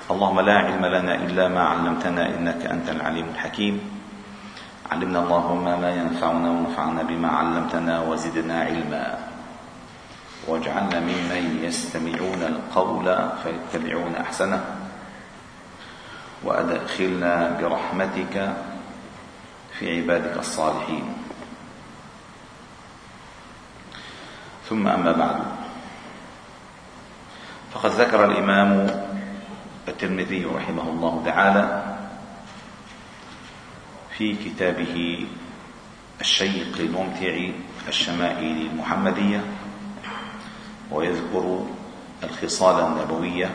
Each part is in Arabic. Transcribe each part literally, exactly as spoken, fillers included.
اللهم لا علم لنا إلا ما علمتنا إنك أنت العليم الحكيم. علمنا اللهم ما ينفعنا وانفعنا بما علمتنا وزدنا علما، واجعلنا ممن يستمعون القول فيتبعون أحسنه، وأدخلنا برحمتك في عبادك الصالحين. ثم أما بعد، فقد ذكر الإمام الترمذي رحمه الله تعالى في كتابه الشيق الممتع الشمائل المحمدية، ويذكر الخصال النبوية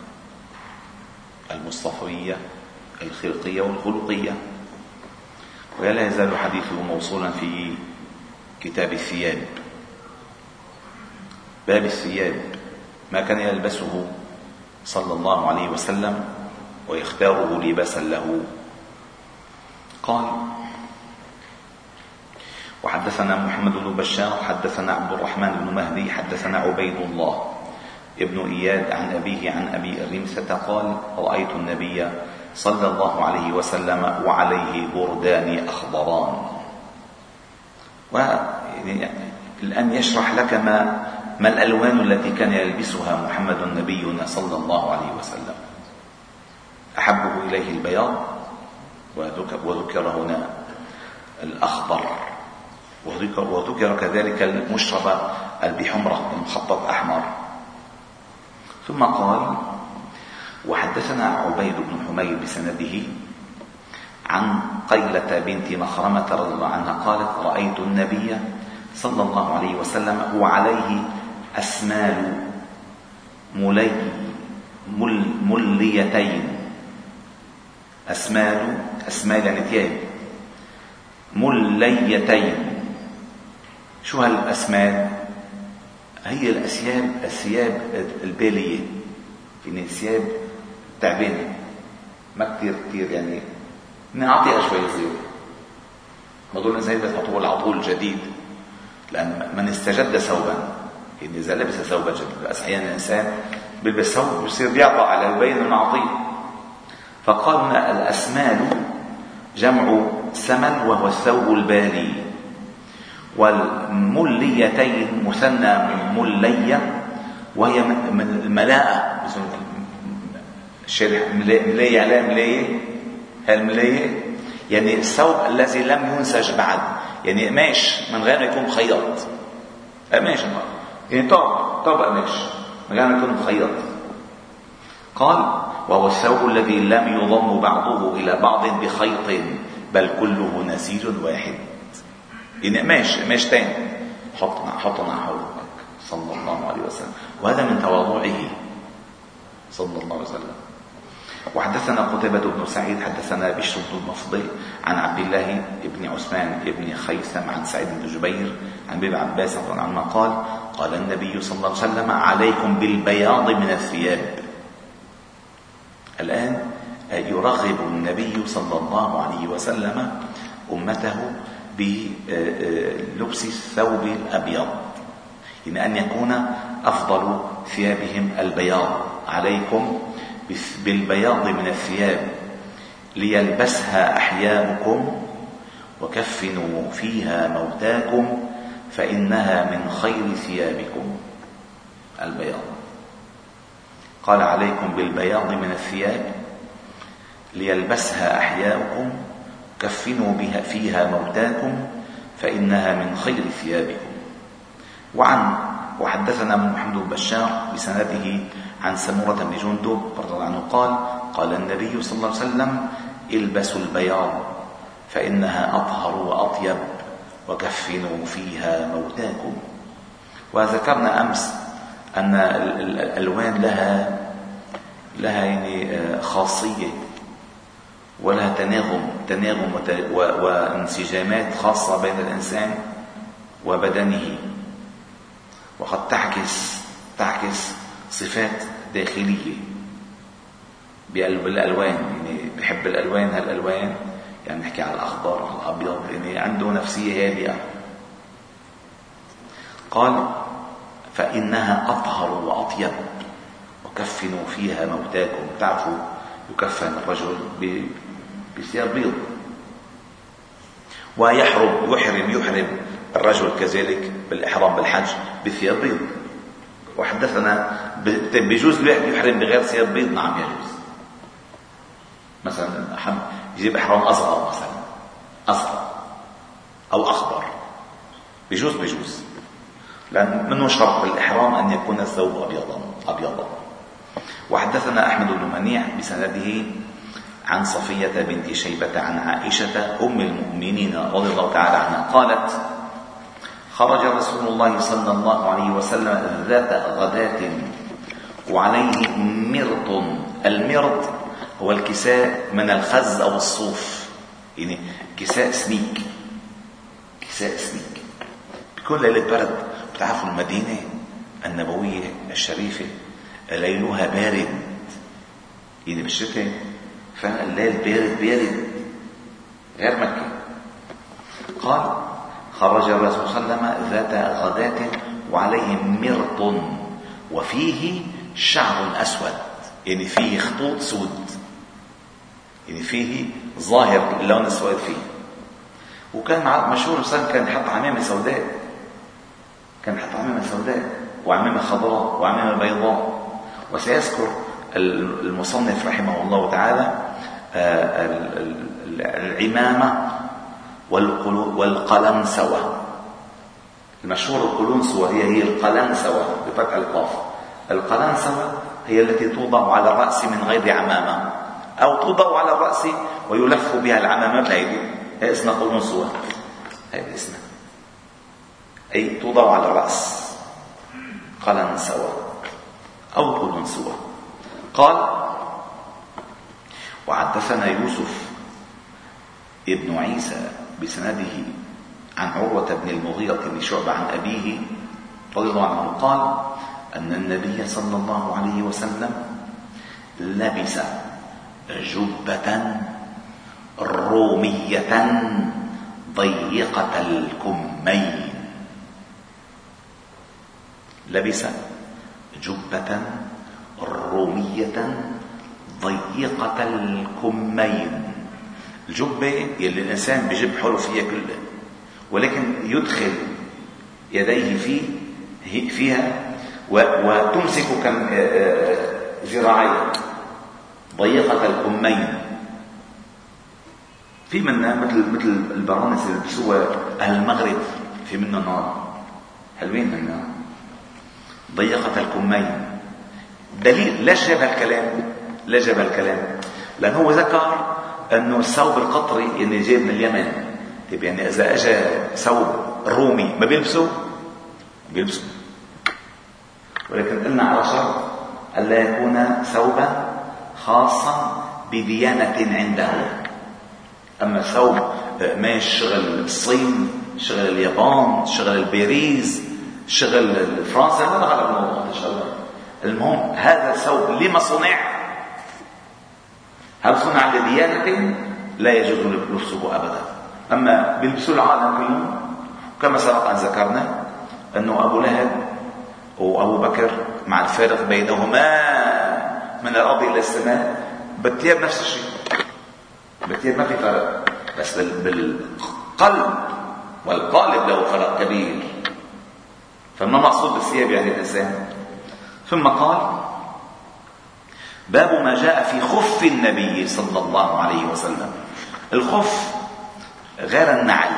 المصطفوية الخلقية والخلقية، ولا يزال حديثه موصولا في كتاب الثياب، باب الثياب، ما كان يلبسه صلى الله عليه وسلم ويختاره لباسا له. قال: وحدثنا محمد بن بشار حدثنا عبد الرحمن بن مهدي حدثنا عبيد الله ابن إياد عن أبيه عن أبي الرمثة قال: رأيت النبي صلى الله عليه وسلم وعليه بردان أخضران. والآن يشرح لك ما ما الألوان التي كان يلبسها محمد نبينا صلى الله عليه وسلم. أحبه إليه البياض، وذكر هنا الأخضر، وذكر, وذكر كذلك المشرب بحمرة المخطط أحمر. ثم قال: وحدثنا عبيد بن حميد بسنده عن قيلة بنت مخرمة رضي الله عنها قالت: رأيت النبي صلى الله عليه وسلم وعليه أسمال ملي مل مليتين. أسمال أسمال يعني ثياب مليتين. شو هالأسمال؟ هي الأثياب الثياب البالية، يعني ثياب تعبانة، ما كتير كتير يعني نعطيها شوي صغير. موضوع الإنسان يلبس على طول جديد، لأن من استجد ثوبا، يعني إذا لبس ثوبا جديد، بس أحيانا الإنسان بيلبس ثوب بيصير بيعطى على يبين إنه عطيه. فقالنا الأسمال جمع سمن وهو الثوب البالي، والمليتين مثنى ملية وهي من الملاءة، الشرح ملاية على ملاية، هالملاية يعني الثوب الذي لم ينسج بعد، يعني قماش من غير ما يكون مخيط، قماش يعني طاب طاب قماش من غير ما يكون مخيط. قال: وهو الثوب الذي لم يضم بعضه إلى بعض بخيط، بل كله نسيج واحد، يعني قماش قماش تاني حطنا حطنا حولك صلى الله عليه وسلم. وهذا من تواضعه صلى الله عليه وسلم. وحدثنا قتيبة بن سعيد حدثنا بشر بن المفضل عن عبد الله بن عثمان بن خيثم عن سعيد بن جبير عن ابن عباس رضي الله عنهما قال: قال النبي صلى الله عليه وسلم: عليكم بالبياض من الثياب. الآن يرغب النبي صلى الله عليه وسلم أمته بلبس الثوب الأبيض، إن أن يكون أفضل ثيابهم البياض. عليكم بالبياض من الثياب ليلبسها أحياؤكم وكفنوا فيها موتاكم فإنها من خير ثيابكم. البياض. قال: عليكم بالبياض من الثياب ليلبسها أحياؤكم كفنوا بها فيها موتاكم فإنها من خير ثيابكم. وعن وحدثنا محمد بن بشار بسنده عن سمرة بن جندب رضي الله عنه قال: قال النبي صلى الله عليه وسلم: البسوا البياض فإنها أطهر وأطيب وكفنوا فيها موتاكم. وذكرنا أمس أن الألوان لها لها يعني خاصية ولها تناغم تناغم وانسجامات خاصة بين الإنسان وبدنه، وقد تعكس تعكس صفات داخلية بالألوان. يعني بحب الألوان، هالألوان يعني نحكي على الأخضر على الأبيض، يعني عنده نفسية هادئة. قال: فإنها أطهر وأطيب كفنوا فيها موتاكم. تعرفوا يكفن الرجل بثياب بيض، ويحرم يحرم يحرم الرجل كذلك بالإحرام بالحج بثياب بيض. وحدثنا بيجوز الواحد يحرم بغير ثياب بيض؟ نعم يجوز. مثلا يجيب إحرام أصغر، مثلا أصغر أو أخضر، بيجوز بيجوز لأن منه شرط بالإحرام أن يكون الثوب أبيضا أبيضا. وحدثنا أحمد بن منيع بسنده عن صفية بنت شيبة عن عائشة أم المؤمنين رضي الله تعالى عنها قالت: خرج رسول الله صلى الله عليه وسلم ذات غداة وعليه مرط. المرط هو الكساء من الخز أو الصوف، يعني كساء سنيك، كساء سنيك. بكل ليلة برد. بتعرفوا المدينة النبوية الشريفة ليلها بارد، يعني بالشتاء فالليل بارد بارد غير مكة. قال: خرج الرسول صلى الله عليه وسلم ذات غداة وعليه مرط وفيه شعر أسود، يعني فيه خطوط سود، يعني فيه ظاهر اللون الأسود فيه. وكان مشهور مثلا كان يحط عمامة سوداء، كان يحط عمامة سوداء وعمامة خضراء وعمامة بيضاء. وسيذكر المصنف رحمه الله تعالى العمامة والقلنسوة. المشهور القلنسوة هي هي القلنسوة بفتح القاف. القلنسوة هي التي توضع على الرأس من غير عمامة، أو توضع على الرأس ويلف بها العمامة بهيدي، هي اسمها قلنسوة. هي اسمها أي توضع على الرأس، قلنسوة أو قلنسوة. قال: وحدثنا يوسف ابن عيسى بسنده عن عروة بن المغيرة بن شعبة عن أبيه رضي الله عنه قال: أن النبي صلى الله عليه وسلم لبس جبة رومية ضيقة الكمين. لبس جبة رومية ضيقة الكمين. الجبة يلي الإنسان بجب حوله فيها كلها، ولكن يدخل يديه فيه فيها وتمسك كم ذراعيه. ضيقة الكمين. في منها مثل مثل البرانس اللي بيلبسوها أهل المغرب، في منه نار حلوين منها. ضيقة الكمين. دليل ليش جاب هالكلام؟ ليش جاب هالكلام؟ لأنه هو ذكر أنه الثوب القطري يعني جاي من اليمن. طيب يعني إذا أجى ثوب رومي ما بيلبسوا؟ بيلبسوا، ولكن قلنا على شرط ألا يكون ثوبا خاصا بديانة عنده. أما ثوب ماشي شغل الصين، شغل اليابان، شغل الباريس، شغل فرنسا، ما دخل بالموضوع إن شاء الله. المهم هذا الثوب لما صنع؟ هل صنع لديانة؟ لا يجوز لبسه أبدا. أما بيلبسوا العالم كله، كما سبق أن ذكرنا أنه أبو لهب وأبو بكر مع الفارق بينهما من الأرض إلى السماء بالثياب نفس الشيء، بالثياب ما في فرق، بس بالقلب والقالب له فرق كبير. فما مقصود بالثياب يعني الإنسان. ثم قال: باب ما جاء في خف النبي صلى الله عليه وسلم. الخف غير النعل.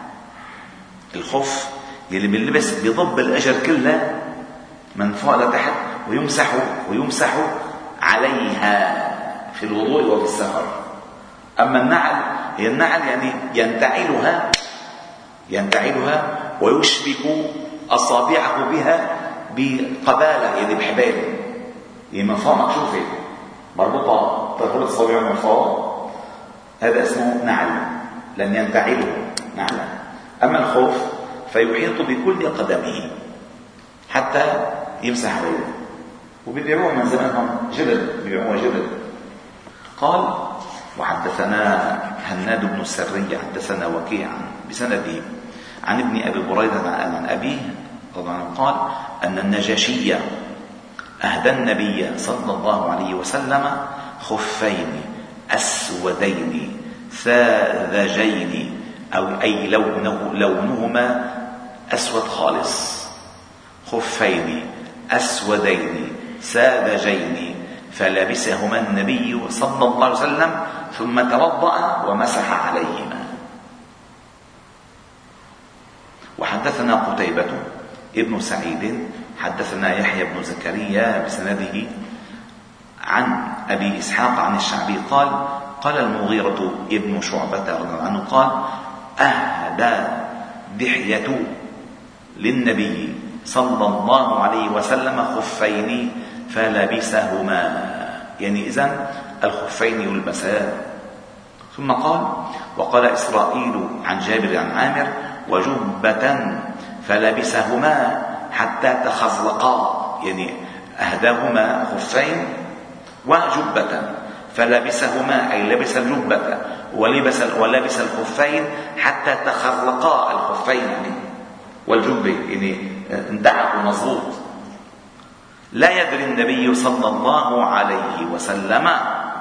الخف يلي باللبس بيضب الأجر كله من فوق لتحت ويمسح ويمسح عليها في الوضوء وفي السفر. أما النعل هي النعل يعني ينتعلها ينتعلها ويشبك أصابعه بها بقبالة، يعني بحبال، يعني من فوق مكشوفة مربوطة تربط أصابعه من فوق، هذا اسمه نعل لن ينتعله نعلا. أما الخوف فيحيط بكل قدمه حتى يمسح عليه، وبيبيعوه من زمانهم جبل، بيبيعوه جبل. قال: وحدثنا هناد بن السري حدثنا وكيع بسنده عن ابن أبي بريدة عن أبيه طبعا قال: أن النجاشية أهدى النبي صلى الله عليه وسلم خفين أسودين ساذجين، أو أي لونه لونهما أسود خالص، خفين أسودين ساذجين، فلبسهما النبي صلى الله عليه وسلم ثم توضأ ومسح عليهما. وحدثنا قتيبة ابن سعيد حدثنا يحيى بن زكريا بسنده عن أبي إسحاق عن الشعبي قال قال المغيرة ابن شعبة رضي الله عنه قال أهدى دحية للنبي صلى الله عليه وسلم خفين فلبسهما، يعني إذن الخفين يلبسان. ثم قال وقال إسرائيل عن جابر عن عامر وجبة فلبسهما حتى تخزلقا، يعني أهداهما خفين وجبة فلبسهما أي لبس الجبة ولبس ولبس الخفين حتى تخرقا الخفين يعني والجبة يعني اندعقوا مظبوط. لا يدري النبي صلى الله عليه وسلم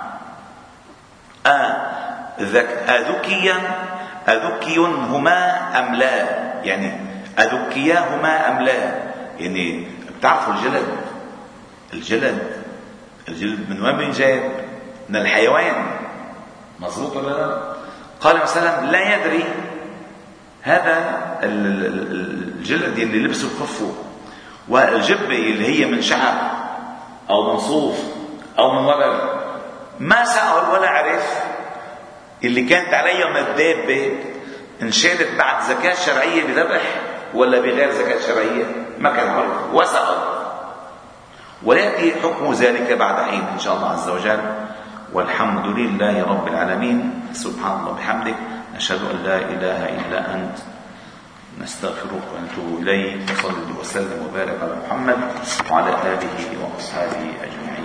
أذكيا أذكي هما أم لا، يعني أذكياهما أم لا، يعني بتعرفوا الجلد الجلد الجلد من وين بينجاب؟ من الحيوان، مظبوط ولا لا؟ قال مثلا لا يدري هذا الجلد اللي لبسه الخف والجبة اللي هي من شعر أو من صوف أو من ورق، ما سأل ولا عرف اللي كانت عليهم الدابة انشالت بعد زكاة شرعية بذبح ولا بغير زكاة شرعية، ما كان عارف وسأل، ويأتي حكم ذلك بعد حين إن شاء الله عز وجل. والحمد لله رب العالمين. سبحان الله بحمدك، نشهد أن لا إله إلا أنت، نستغفرك ونتوب إليك. وصلى وسلم وبارك على محمد وعلى آله وأصحابه أجمعين.